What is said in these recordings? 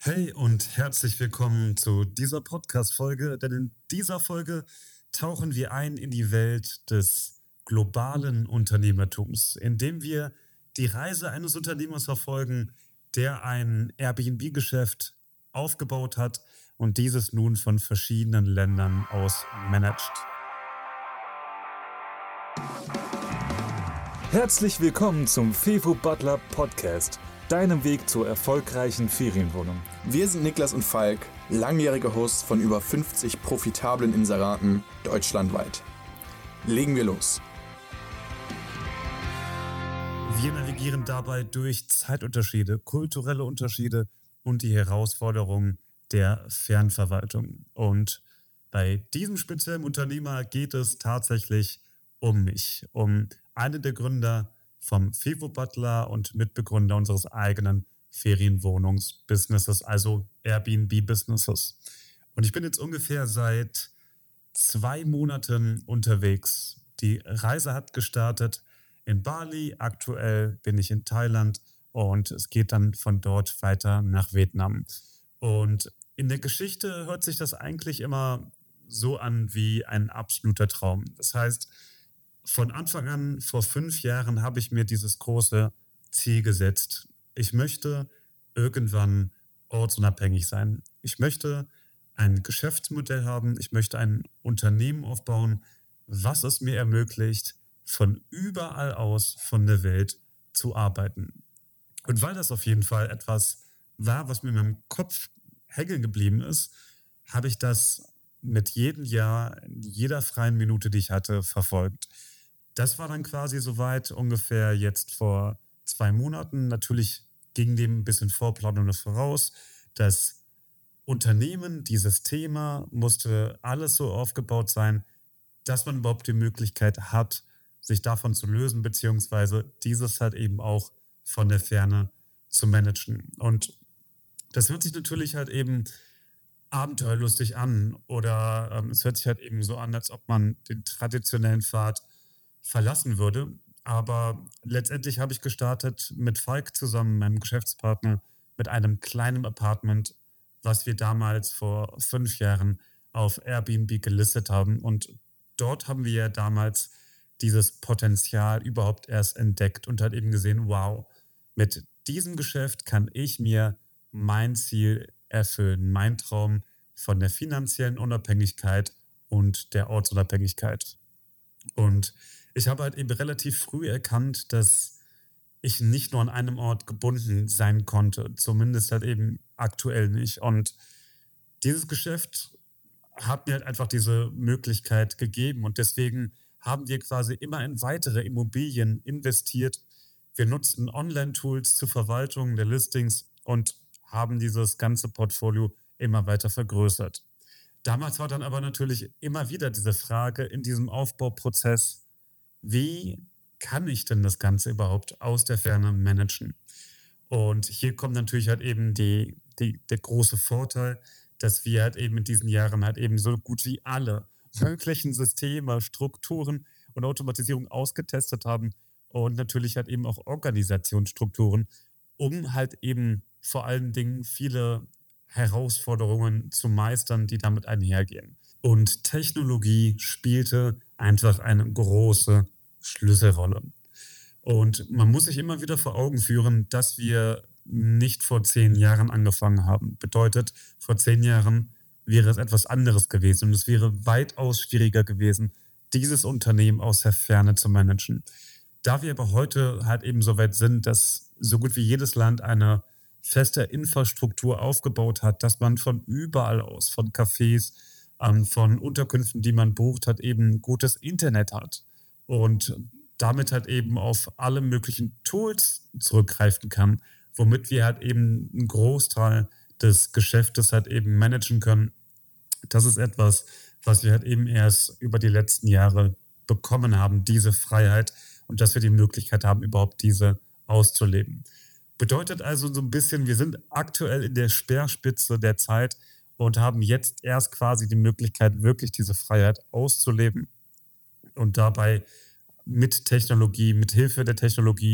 Hey und herzlich willkommen zu dieser Podcast-Folge, denn in dieser Folge tauchen wir ein in die Welt des globalen Unternehmertums, indem wir die Reise eines Unternehmers verfolgen, der ein Airbnb-Geschäft aufgebaut hat und dieses nun von verschiedenen Ländern aus managt. Herzlich willkommen zum Fevo Butler Podcast, deinem Weg zur erfolgreichen Ferienwohnung. Wir sind Niklas und Falk, langjährige Hosts von über 50 profitablen Inseraten deutschlandweit. Legen wir los. Wir navigieren dabei durch Zeitunterschiede, kulturelle Unterschiede und die Herausforderungen der Fernverwaltung. Und bei diesem speziellen Unternehmer geht es tatsächlich um mich, um einen der Gründer vom Fevo Butler und Mitbegründer unseres eigenen Ferienwohnungsbusinesses, also Airbnb-Businesses. Und ich bin jetzt ungefähr seit 2 Monaten unterwegs. Die Reise hat gestartet in Bali, aktuell bin ich in Thailand und es geht dann von dort weiter nach Vietnam. Und in der Geschichte hört sich das eigentlich immer so an wie ein absoluter Traum. Das heißt, von Anfang an, vor 5 Jahren, habe ich mir dieses große Ziel gesetzt. Ich möchte irgendwann ortsunabhängig sein. Ich möchte ein Geschäftsmodell haben. Ich möchte ein Unternehmen aufbauen, was es mir ermöglicht, von überall aus von der Welt zu arbeiten. Und weil das auf jeden Fall etwas war, was mir in meinem Kopf hängen geblieben ist, habe ich das mit jedem Jahr, in jeder freien Minute, die ich hatte, verfolgt. Das war dann quasi soweit ungefähr jetzt vor 2 Monaten. Natürlich ging dem ein bisschen Vorplanung voraus. Das Unternehmen, dieses Thema musste alles so aufgebaut sein, dass man überhaupt die Möglichkeit hat, sich davon zu lösen, beziehungsweise dieses halt eben auch von der Ferne zu managen. Und das hört sich natürlich halt eben abenteuerlustig an oder es hört sich halt eben so an, als ob man den traditionellen Pfad verlassen würde. Aber letztendlich habe ich gestartet mit Falk zusammen, meinem Geschäftspartner, mit einem kleinen Apartment, was wir damals vor 5 Jahren auf Airbnb gelistet haben. Und dort haben wir ja damals dieses Potenzial überhaupt erst entdeckt und halt eben gesehen, wow, mit diesem Geschäft kann ich mir mein Ziel erfüllen, mein Traum von der finanziellen Unabhängigkeit und der Ortsunabhängigkeit. Und ich habe halt eben relativ früh erkannt, dass ich nicht nur an einem Ort gebunden sein konnte, zumindest halt eben aktuell nicht. Und dieses Geschäft hat mir halt einfach diese Möglichkeit gegeben und deswegen haben wir quasi immer in weitere Immobilien investiert. Wir nutzten Online-Tools zur Verwaltung der Listings und haben dieses ganze Portfolio immer weiter vergrößert. Damals war dann aber natürlich immer wieder diese Frage in diesem Aufbauprozess, wie kann ich denn das Ganze überhaupt aus der Ferne managen? Und hier kommt natürlich halt eben der große Vorteil, dass wir halt eben in diesen Jahren halt eben so gut wie alle möglichen Systeme, Strukturen und Automatisierung ausgetestet haben und natürlich halt eben auch Organisationsstrukturen, um halt eben vor allen Dingen viele Herausforderungen zu meistern, die damit einhergehen. Und Technologie spielte einfach eine große Schlüsselrolle. Und man muss sich immer wieder vor Augen führen, dass wir nicht vor 10 Jahren angefangen haben. Bedeutet, vor 10 Jahren wäre es etwas anderes gewesen und es wäre weitaus schwieriger gewesen, dieses Unternehmen aus der Ferne zu managen. Da wir aber heute halt eben so weit sind, dass so gut wie jedes Land eine feste Infrastruktur aufgebaut hat, dass man von überall aus, von Cafés, von Unterkünften, die man bucht hat, eben gutes Internet hat und damit halt eben auf alle möglichen Tools zurückgreifen kann, womit wir halt eben einen Großteil des Geschäftes halt eben managen können. Das ist etwas, was wir halt eben erst über die letzten Jahre bekommen haben, diese Freiheit und dass wir die Möglichkeit haben, überhaupt diese auszuleben. Bedeutet also so ein bisschen, wir sind aktuell in der Speerspitze der Zeit und haben jetzt erst quasi die Möglichkeit, wirklich diese Freiheit auszuleben und dabei mit Technologie, mit Hilfe der Technologie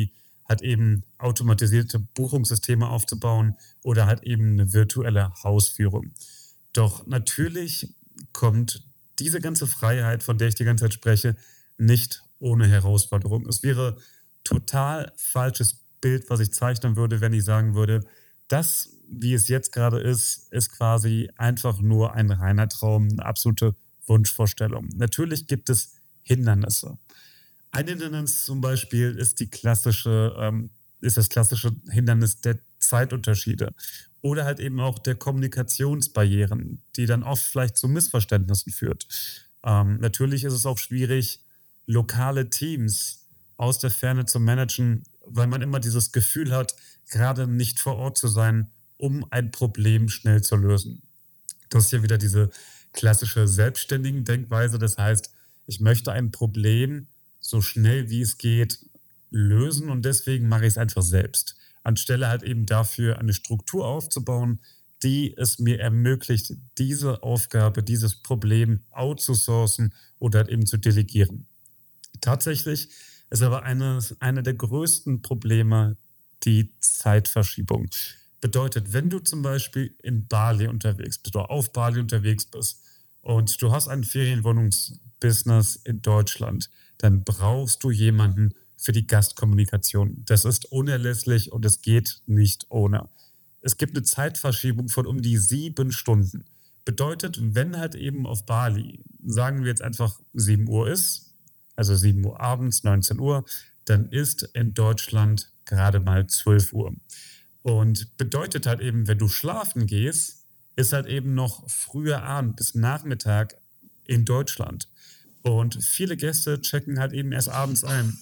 halt eben automatisierte Buchungssysteme aufzubauen oder halt eben eine virtuelle Hausführung. Doch natürlich kommt diese ganze Freiheit, von der ich die ganze Zeit spreche, nicht ohne Herausforderung. Es wäre total falsches Bild, was ich zeichnen würde, wenn ich sagen würde, das, wie es jetzt gerade ist quasi einfach nur ein reiner Traum, eine absolute Wunschvorstellung. Natürlich gibt es Hindernisse. Ein Hindernis zum Beispiel ist das klassische Hindernis der Zeitunterschiede oder halt eben auch der Kommunikationsbarrieren, die dann oft vielleicht zu Missverständnissen führt. Natürlich ist es auch schwierig, lokale Teams aus der Ferne zu managen, weil man immer dieses Gefühl hat, gerade nicht vor Ort zu sein, um ein Problem schnell zu lösen. Das ist ja wieder diese klassische selbstständigen Denkweise. Das heißt, ich möchte ein Problem so schnell wie es geht lösen und deswegen mache ich es einfach selbst. Anstelle halt eben dafür eine Struktur aufzubauen, die es mir ermöglicht, diese Aufgabe, dieses Problem outzusourcen oder halt eben zu delegieren. Tatsächlich ist aber einer der größten Probleme die Zeitverschiebung. Bedeutet, wenn du zum Beispiel in Bali unterwegs bist oder auf Bali unterwegs bist und du hast ein Ferienwohnungsbusiness in Deutschland, dann brauchst du jemanden für die Gastkommunikation. Das ist unerlässlich und es geht nicht ohne. Es gibt eine Zeitverschiebung von um die 7 Stunden. Bedeutet, wenn halt eben auf Bali, sagen wir jetzt einfach 7 Uhr ist, also 7 Uhr abends, 19 Uhr, dann ist in Deutschland gerade mal 12 Uhr. Und bedeutet halt eben, wenn du schlafen gehst, ist halt eben noch früher Abend bis Nachmittag in Deutschland. Und viele Gäste checken halt eben erst abends ein.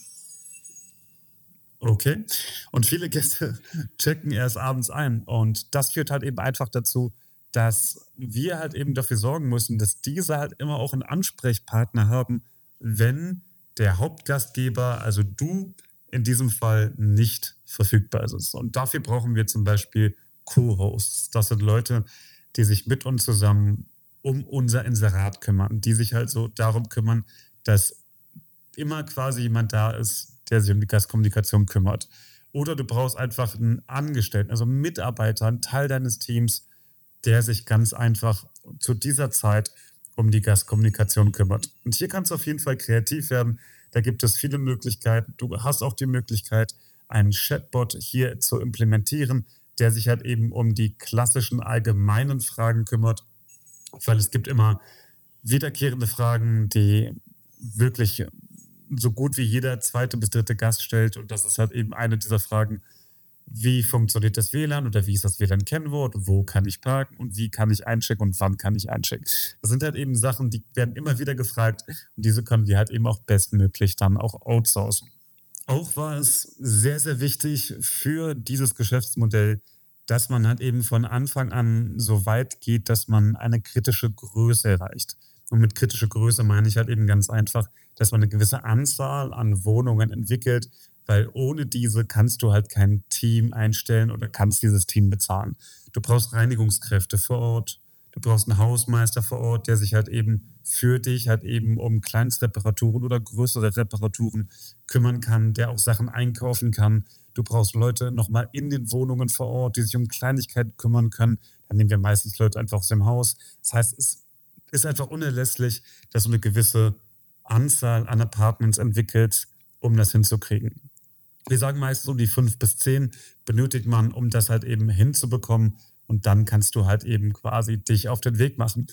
Okay. Und viele Gäste checken erst abends ein. Und das führt halt eben einfach dazu, dass wir halt eben dafür sorgen müssen, dass diese halt immer auch einen Ansprechpartner haben, wenn der Hauptgastgeber, also du, in diesem Fall nicht verfügbar ist. Und dafür brauchen wir zum Beispiel Co-Hosts. Das sind Leute, die sich mit uns zusammen um unser Inserat kümmern, die sich halt so darum kümmern, dass immer quasi jemand da ist, der sich um die Gastkommunikation kümmert. Oder du brauchst einfach einen Angestellten, also einen Mitarbeiter, einen Teil deines Teams, der sich ganz einfach zu dieser Zeit um die Gastkommunikation kümmert. Und hier kannst du auf jeden Fall kreativ werden. Da gibt es viele Möglichkeiten. Du hast auch die Möglichkeit, einen Chatbot hier zu implementieren, der sich halt eben um die klassischen allgemeinen Fragen kümmert, weil es gibt immer wiederkehrende Fragen, die wirklich so gut wie jeder zweite bis dritte Gast stellt. Und das ist halt eben eine dieser Fragen: Wie funktioniert das WLAN oder wie ist das WLAN-Kennwort? Wo kann ich parken und wie kann ich einchecken und wann kann ich einchecken? Das sind halt eben Sachen, die werden immer wieder gefragt und diese können wir halt eben auch bestmöglich dann auch outsourcen. Auch war es sehr, sehr wichtig für dieses Geschäftsmodell, dass man halt eben von Anfang an so weit geht, dass man eine kritische Größe erreicht. Und mit kritischer Größe meine ich halt eben ganz einfach, dass man eine gewisse Anzahl an Wohnungen entwickelt, weil ohne diese kannst du halt kein Team einstellen oder kannst dieses Team bezahlen. Du brauchst Reinigungskräfte vor Ort, du brauchst einen Hausmeister vor Ort, der sich halt eben für dich halt eben um Kleinstreparaturen oder größere Reparaturen kümmern kann, der auch Sachen einkaufen kann. Du brauchst Leute nochmal in den Wohnungen vor Ort, die sich um Kleinigkeiten kümmern können. Dann nehmen wir meistens Leute einfach aus dem Haus. Das heißt, es ist einfach unerlässlich, dass du eine gewisse Anzahl an Apartments entwickelt, um das hinzukriegen. Wir sagen meist so, die 5 bis 10 benötigt man, um das halt eben hinzubekommen. Und dann kannst du halt eben quasi dich auf den Weg machen.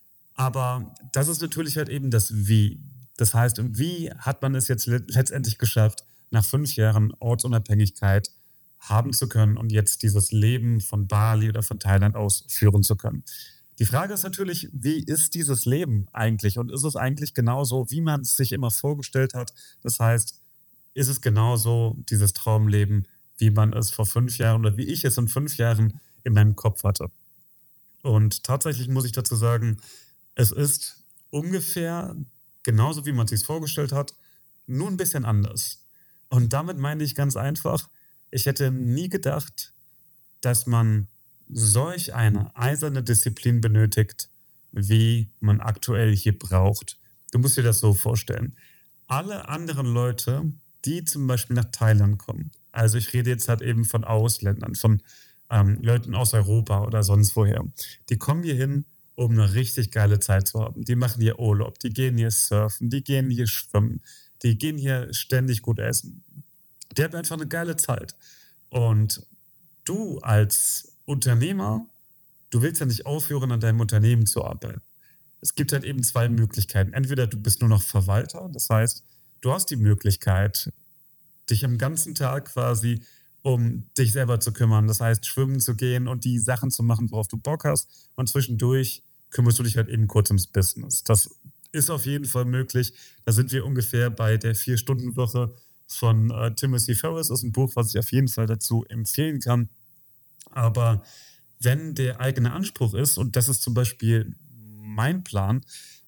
Aber das ist natürlich halt eben das Wie. Das heißt, wie hat man es jetzt letztendlich geschafft, nach 5 Jahren Ortsunabhängigkeit haben zu können und jetzt dieses Leben von Bali oder von Thailand aus führen zu können? Die Frage ist natürlich, wie ist dieses Leben eigentlich? Und ist es eigentlich genauso, wie man es sich immer vorgestellt hat? Das heißt, ist es genauso dieses Traumleben, wie man es vor 5 Jahren oder wie ich es in 5 Jahren in meinem Kopf hatte? Und tatsächlich muss ich dazu sagen, es ist ungefähr genauso, wie man es sich vorgestellt hat, nur ein bisschen anders. Und damit meine ich ganz einfach, ich hätte nie gedacht, dass man solch eine eiserne Disziplin benötigt, wie man aktuell hier braucht. Du musst dir das so vorstellen. Alle anderen Leute, die zum Beispiel nach Thailand kommen, Also ich rede jetzt halt eben von Ausländern, von Leuten aus Europa oder sonst woher. Die kommen hier hin, um eine richtig geile Zeit zu haben. Die machen hier Urlaub, die gehen hier surfen, die gehen hier schwimmen, die gehen hier ständig gut essen. Die haben einfach eine geile Zeit. Und du als Unternehmer, du willst ja nicht aufhören, an deinem Unternehmen zu arbeiten. Es gibt halt eben zwei Möglichkeiten. Entweder du bist nur noch Verwalter, das heißt, du hast die Möglichkeit, dich am ganzen Tag quasi um dich selber zu kümmern. Das heißt, schwimmen zu gehen und die Sachen zu machen, worauf du Bock hast. Und zwischendurch kümmerst du dich halt eben kurz ums Business. Das ist auf jeden Fall möglich. Da sind wir ungefähr bei der 4-Stunden-Woche von Timothy Ferriss. Das ist ein Buch, was ich auf jeden Fall dazu empfehlen kann. Aber wenn der eigene Anspruch ist, und das ist zum Beispiel mein Plan,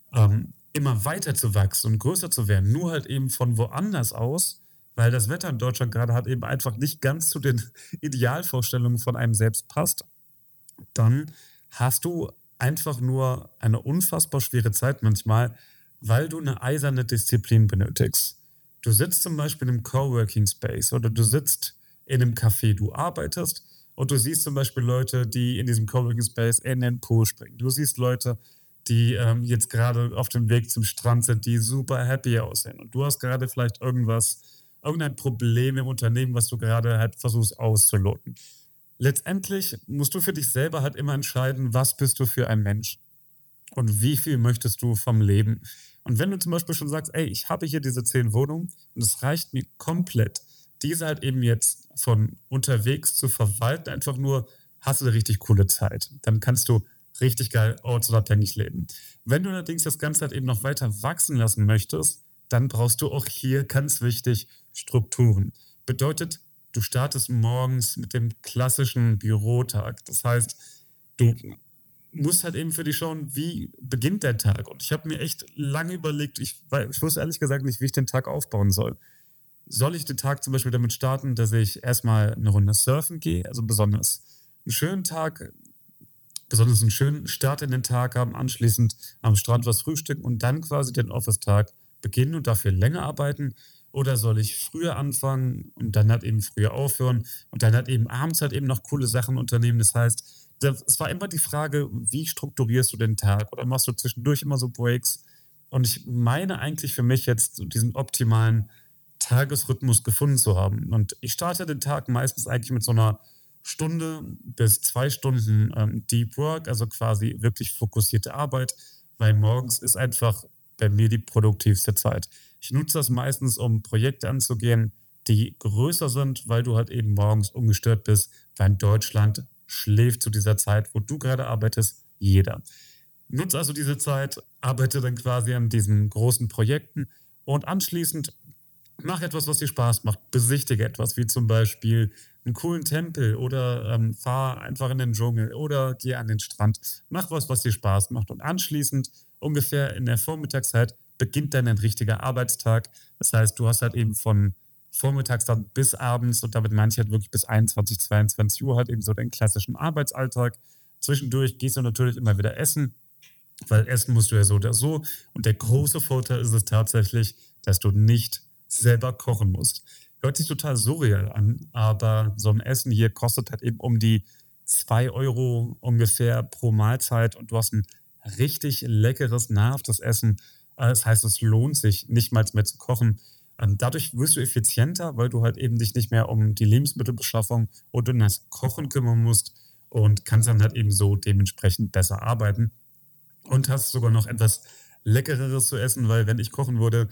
immer weiter zu wachsen und größer zu werden, nur halt eben von woanders aus, weil das Wetter in Deutschland gerade halt eben einfach nicht ganz zu den Idealvorstellungen von einem selbst passt, dann hast du einfach nur eine unfassbar schwere Zeit manchmal, weil du eine eiserne Disziplin benötigst. Du sitzt zum Beispiel im Coworking Space oder du sitzt in einem Café, du arbeitest und du siehst zum Beispiel Leute, die in diesem Coworking Space in den Pool springen. Du siehst Leute, die jetzt gerade auf dem Weg zum Strand sind, die super happy aussehen. Und du hast gerade vielleicht irgendein Problem im Unternehmen, was du gerade halt versuchst auszuloten. Letztendlich musst du für dich selber halt immer entscheiden, was bist du für ein Mensch und wie viel möchtest du vom Leben. Und wenn du zum Beispiel schon sagst, ey, ich habe hier diese 10 Wohnungen und es reicht mir komplett, diese halt eben jetzt von unterwegs zu verwalten, einfach nur, hast du eine richtig coole Zeit. Dann kannst du richtig geil ortsunabhängig leben. Wenn du allerdings das Ganze halt eben noch weiter wachsen lassen möchtest, dann brauchst du auch hier ganz wichtig Strukturen. Bedeutet, du startest morgens mit dem klassischen Bürotag. Das heißt, du musst halt eben für dich schauen, wie beginnt der Tag. Und ich habe mir echt lange überlegt, ich wusste ehrlich gesagt nicht, wie ich den Tag aufbauen soll. Soll ich den Tag zum Beispiel damit starten, dass ich erstmal eine Runde surfen gehe, also besonders einen schönen Start in den Tag haben, anschließend am Strand was frühstücken und dann quasi den Office-Tag beginnen und dafür länger arbeiten? Oder soll ich früher anfangen und dann halt eben früher aufhören und dann halt eben abends halt eben noch coole Sachen unternehmen? Das heißt, es war immer die Frage, wie strukturierst du den Tag? Oder machst du zwischendurch immer so Breaks? Und ich meine eigentlich für mich jetzt so diesen optimalen Tagesrhythmus gefunden zu haben. Und ich starte den Tag meistens eigentlich mit so einer Stunde bis 2 Stunden Deep Work, also quasi wirklich fokussierte Arbeit, weil morgens ist einfach bei mir die produktivste Zeit. Ich nutze das meistens, um Projekte anzugehen, die größer sind, weil du halt eben morgens ungestört bist, weil in Deutschland schläft zu dieser Zeit, wo du gerade arbeitest, jeder. Nutze also diese Zeit, arbeite dann quasi an diesen großen Projekten und anschließend mach etwas, was dir Spaß macht. Besichtige etwas, wie zum Beispiel einen coolen Tempel oder fahr einfach in den Dschungel oder geh an den Strand. Mach was dir Spaß macht. Und anschließend, ungefähr in der Vormittagszeit, beginnt dann ein richtiger Arbeitstag. Das heißt, du hast halt eben von vormittags dann bis abends, und damit meine ich halt wirklich bis 21, 22 Uhr, halt eben so den klassischen Arbeitsalltag. Zwischendurch gehst du natürlich immer wieder essen, weil essen musst du ja so oder so. Und der große Vorteil ist es tatsächlich, dass du nicht selber kochen musst. Hört sich total surreal an, aber so ein Essen hier kostet halt eben um die 2 Euro ungefähr pro Mahlzeit und du hast ein richtig leckeres, nahrhaftes Essen. Das heißt, es lohnt sich, nicht mal mehr zu kochen. Dadurch wirst du effizienter, weil du halt eben dich nicht mehr um die Lebensmittelbeschaffung und um das Kochen kümmern musst und kannst dann halt eben so dementsprechend besser arbeiten und hast sogar noch etwas Leckereres zu essen, weil wenn ich kochen würde,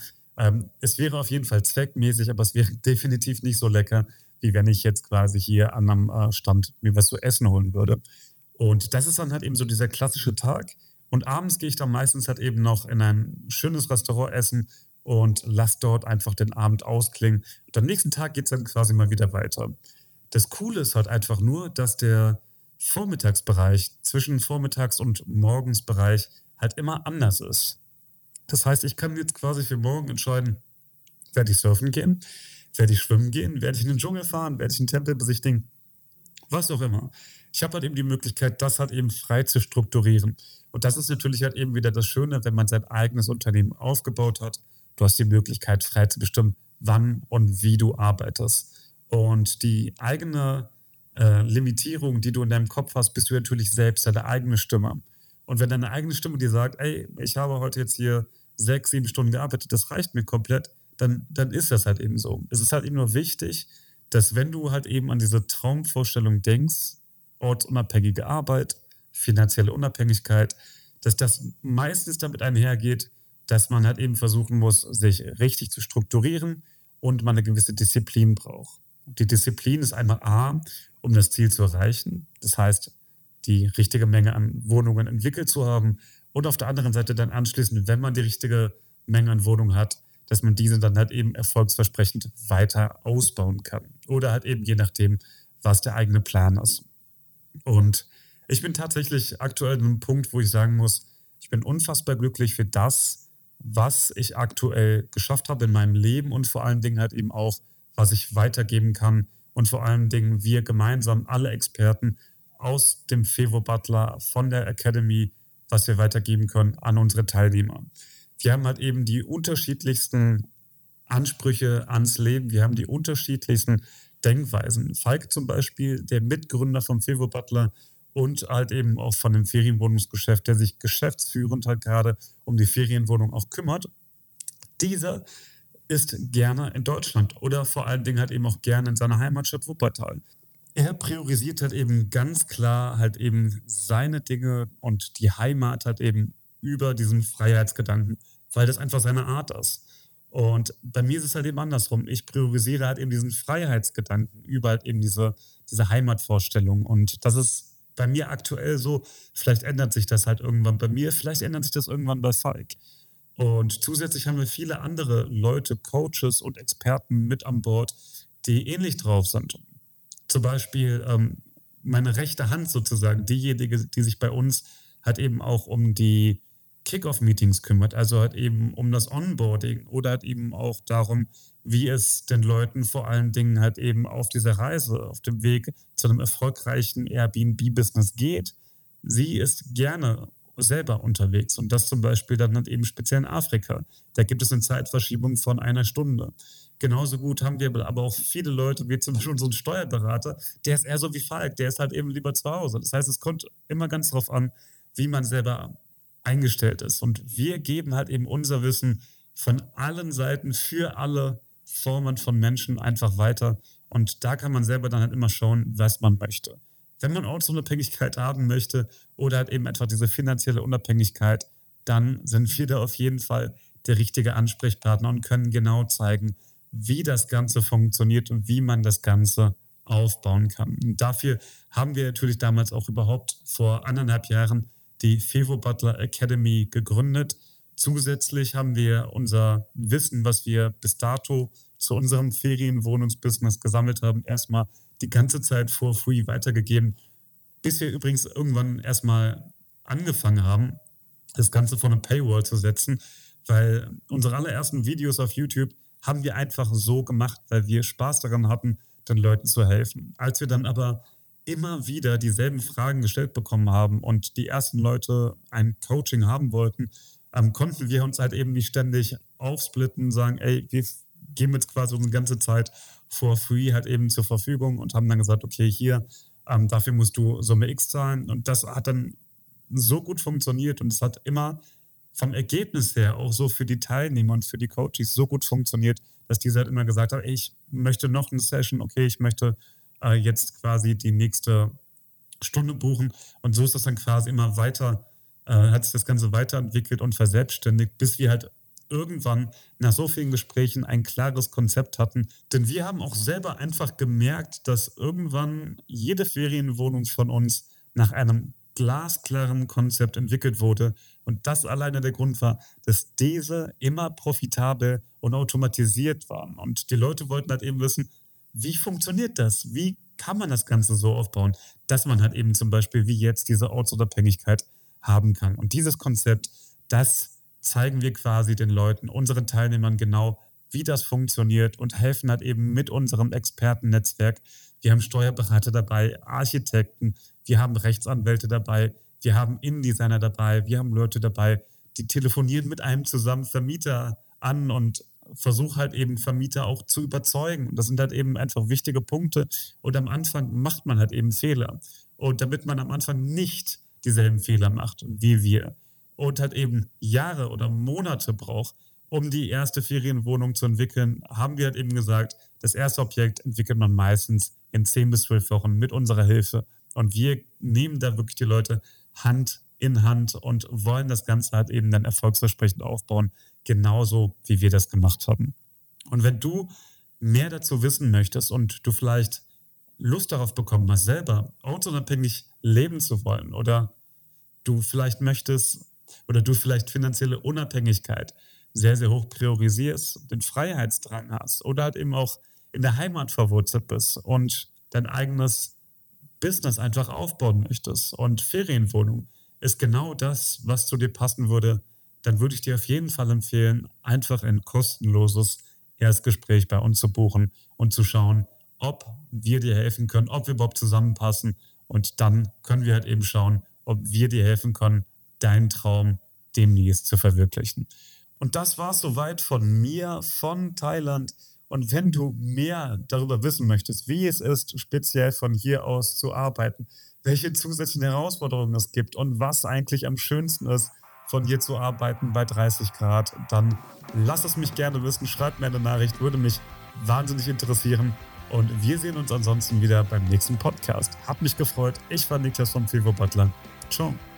es wäre auf jeden Fall zweckmäßig, aber es wäre definitiv nicht so lecker, wie wenn ich jetzt quasi hier an einem Stand mir was zu essen holen würde. Und das ist dann halt eben so dieser klassische Tag. Und abends gehe ich dann meistens halt eben noch in ein schönes Restaurant essen und lasse dort einfach den Abend ausklingen. Und am nächsten Tag geht es dann quasi mal wieder weiter. Das Coole ist halt einfach nur, dass der Vormittagsbereich zwischen Vormittags- und Morgensbereich halt immer anders ist. Das heißt, ich kann jetzt quasi für morgen entscheiden, werde ich surfen gehen, werde ich schwimmen gehen, werde ich in den Dschungel fahren, werde ich einen Tempel besichtigen, was auch immer. Ich habe halt eben die Möglichkeit, das halt eben frei zu strukturieren. Und das ist natürlich halt eben wieder das Schöne, wenn man sein eigenes Unternehmen aufgebaut hat. Du hast die Möglichkeit, frei zu bestimmen, wann und wie du arbeitest. Und die eigene Limitierung, die du in deinem Kopf hast, bist du natürlich selbst, deine eigene Stimme. Und wenn deine eigene Stimme dir sagt, ey, ich habe heute jetzt hier 6, 7 Stunden gearbeitet, das reicht mir komplett, dann ist das halt eben so. Es ist halt eben nur wichtig, dass wenn du halt eben an diese Traumvorstellung denkst, ortsunabhängige Arbeit, finanzielle Unabhängigkeit, dass das meistens damit einhergeht, dass man halt eben versuchen muss, sich richtig zu strukturieren und man eine gewisse Disziplin braucht. Die Disziplin ist einmal A, um das Ziel zu erreichen, das heißt, die richtige Menge an Wohnungen entwickelt zu haben und auf der anderen Seite dann anschließend, wenn man die richtige Menge an Wohnungen hat, dass man diese dann halt eben erfolgsversprechend weiter ausbauen kann. Oder halt eben je nachdem, was der eigene Plan ist. Und ich bin tatsächlich aktuell an einem Punkt, wo ich sagen muss, ich bin unfassbar glücklich für das, was ich aktuell geschafft habe in meinem Leben und vor allen Dingen halt eben auch, was ich weitergeben kann und vor allen Dingen wir gemeinsam, alle Experten aus dem Fevo Butler, von der Academy, was wir weitergeben können an unsere Teilnehmer. Wir haben halt eben die unterschiedlichsten Ansprüche ans Leben, wir haben die unterschiedlichsten Denkweisen. Falk zum Beispiel, der Mitgründer vom Fevo Butler und halt eben auch von dem Ferienwohnungsgeschäft, der sich geschäftsführend halt gerade um die Ferienwohnung auch kümmert. Dieser ist gerne in Deutschland oder vor allen Dingen halt eben auch gerne in seiner Heimatstadt Wuppertal. Er priorisiert halt eben ganz klar halt eben seine Dinge und die Heimat halt eben über diesen Freiheitsgedanken, weil das einfach seine Art ist. Und bei mir ist es halt eben andersrum. Ich priorisiere halt eben diesen Freiheitsgedanken über halt eben diese Heimatvorstellung. Und das ist bei mir aktuell so. Vielleicht ändert sich das halt irgendwann bei mir, vielleicht ändert sich das irgendwann bei Falk. Und zusätzlich haben wir viele andere Leute, Coaches und Experten mit an Bord, die ähnlich drauf sind. Zum Beispiel meine rechte Hand sozusagen, diejenige, die sich bei uns halt eben auch um die Kick-Off-Meetings kümmert, also halt eben um das Onboarding oder halt eben auch darum, wie es den Leuten vor allen Dingen halt eben auf dieser Reise, auf dem Weg zu einem erfolgreichen Airbnb-Business geht. Sie ist gerne selber unterwegs und das zum Beispiel dann halt eben speziell in Afrika. Da gibt es eine Zeitverschiebung von 1 Stunde. Genauso gut haben wir aber auch viele Leute, wie zum Beispiel unseren Steuerberater, der ist eher so wie Falk, der ist halt eben lieber zu Hause. Das heißt, es kommt immer ganz drauf an, wie man selber eingestellt ist. Und wir geben halt eben unser Wissen von allen Seiten für alle Formen von Menschen einfach weiter. Und da kann man selber dann halt immer schauen, was man möchte. Wenn man Ortsunabhängigkeit haben möchte oder halt eben einfach diese finanzielle Unabhängigkeit, dann sind wir da auf jeden Fall der richtige Ansprechpartner und können genau zeigen, wie das Ganze funktioniert und wie man das Ganze aufbauen kann. Und dafür haben wir natürlich damals auch überhaupt vor 1,5 Jahren die Fevo Butler Academy gegründet. Zusätzlich haben wir unser Wissen, was wir bis dato zu unserem Ferienwohnungsbusiness gesammelt haben, erstmal die ganze Zeit for free weitergegeben, bis wir übrigens irgendwann erstmal angefangen haben, das Ganze vor eine Paywall zu setzen, weil unsere allerersten Videos auf YouTube haben wir einfach so gemacht, weil wir Spaß daran hatten, den Leuten zu helfen. Als wir dann aber immer wieder dieselben Fragen gestellt bekommen haben und die ersten Leute ein Coaching haben wollten, konnten wir uns halt eben nicht ständig aufsplitten, sagen, ey, wir geben jetzt quasi unsere ganze Zeit for free halt eben zur Verfügung und haben dann gesagt, okay, hier, dafür musst du Summe X zahlen. Und das hat dann so gut funktioniert und es hat immer vom Ergebnis her auch so für die Teilnehmer und für die Coaches so gut funktioniert, dass diese halt immer gesagt haben, ey, ich möchte noch eine Session, okay, ich möchte jetzt quasi die nächste Stunde buchen. Und so ist das dann quasi immer weiter, hat sich das Ganze weiterentwickelt und verselbstständigt, bis wir halt irgendwann nach so vielen Gesprächen ein klares Konzept hatten. Denn wir haben auch selber einfach gemerkt, dass irgendwann jede Ferienwohnung von uns nach einem glasklaren Konzept entwickelt wurde. Und das alleine der Grund war, dass diese immer profitabel und automatisiert waren. Und die Leute wollten halt eben wissen, wie funktioniert das? Wie kann man das Ganze so aufbauen, dass man halt eben zum Beispiel wie jetzt diese Ortsunabhängigkeit haben kann? Und dieses Konzept, das zeigen wir quasi den Leuten, unseren Teilnehmern genau, wie das funktioniert und helfen halt eben mit unserem Expertennetzwerk. Wir haben Steuerberater dabei, Architekten, wir haben Rechtsanwälte dabei, wir haben Innendesigner dabei, wir haben Leute dabei, die telefonieren mit einem zusammen Vermieter an und versuche halt eben Vermieter auch zu überzeugen. Und das sind halt eben einfach wichtige Punkte. Und am Anfang macht man halt eben Fehler. Und damit man am Anfang nicht dieselben Fehler macht wie wir und halt eben Jahre oder Monate braucht, um die erste Ferienwohnung zu entwickeln, haben wir halt eben gesagt, das erste Objekt entwickelt man meistens in 10 bis 12 Wochen mit unserer Hilfe. Und wir nehmen da wirklich die Leute Hand in Hand und wollen das Ganze halt eben dann erfolgsversprechend aufbauen, genauso wie wir das gemacht haben. Und wenn du mehr dazu wissen möchtest und du vielleicht Lust darauf bekommen hast, selber ortsunabhängig leben zu wollen oder du vielleicht möchtest oder du vielleicht finanzielle Unabhängigkeit sehr, sehr hoch priorisierst, den Freiheitsdrang hast oder halt eben auch in der Heimat verwurzelt bist und dein eigenes Business einfach aufbauen möchtest und Ferienwohnung ist genau das, was zu dir passen würde, dann würde ich dir auf jeden Fall empfehlen, einfach ein kostenloses Erstgespräch bei uns zu buchen und zu schauen, ob wir dir helfen können, ob wir überhaupt zusammenpassen. Und dann können wir halt eben schauen, ob wir dir helfen können, deinen Traum demnächst zu verwirklichen. Und das war es soweit von mir, von Thailand. Und wenn du mehr darüber wissen möchtest, wie es ist, speziell von hier aus zu arbeiten, welche zusätzlichen Herausforderungen es gibt und was eigentlich am schönsten ist, von hier zu arbeiten bei 30 Grad, dann lass es mich gerne wissen, schreib mir eine Nachricht, würde mich wahnsinnig interessieren. Und wir sehen uns ansonsten wieder beim nächsten Podcast. Hat mich gefreut. Ich war Niklas vom FIFO Butler. Ciao.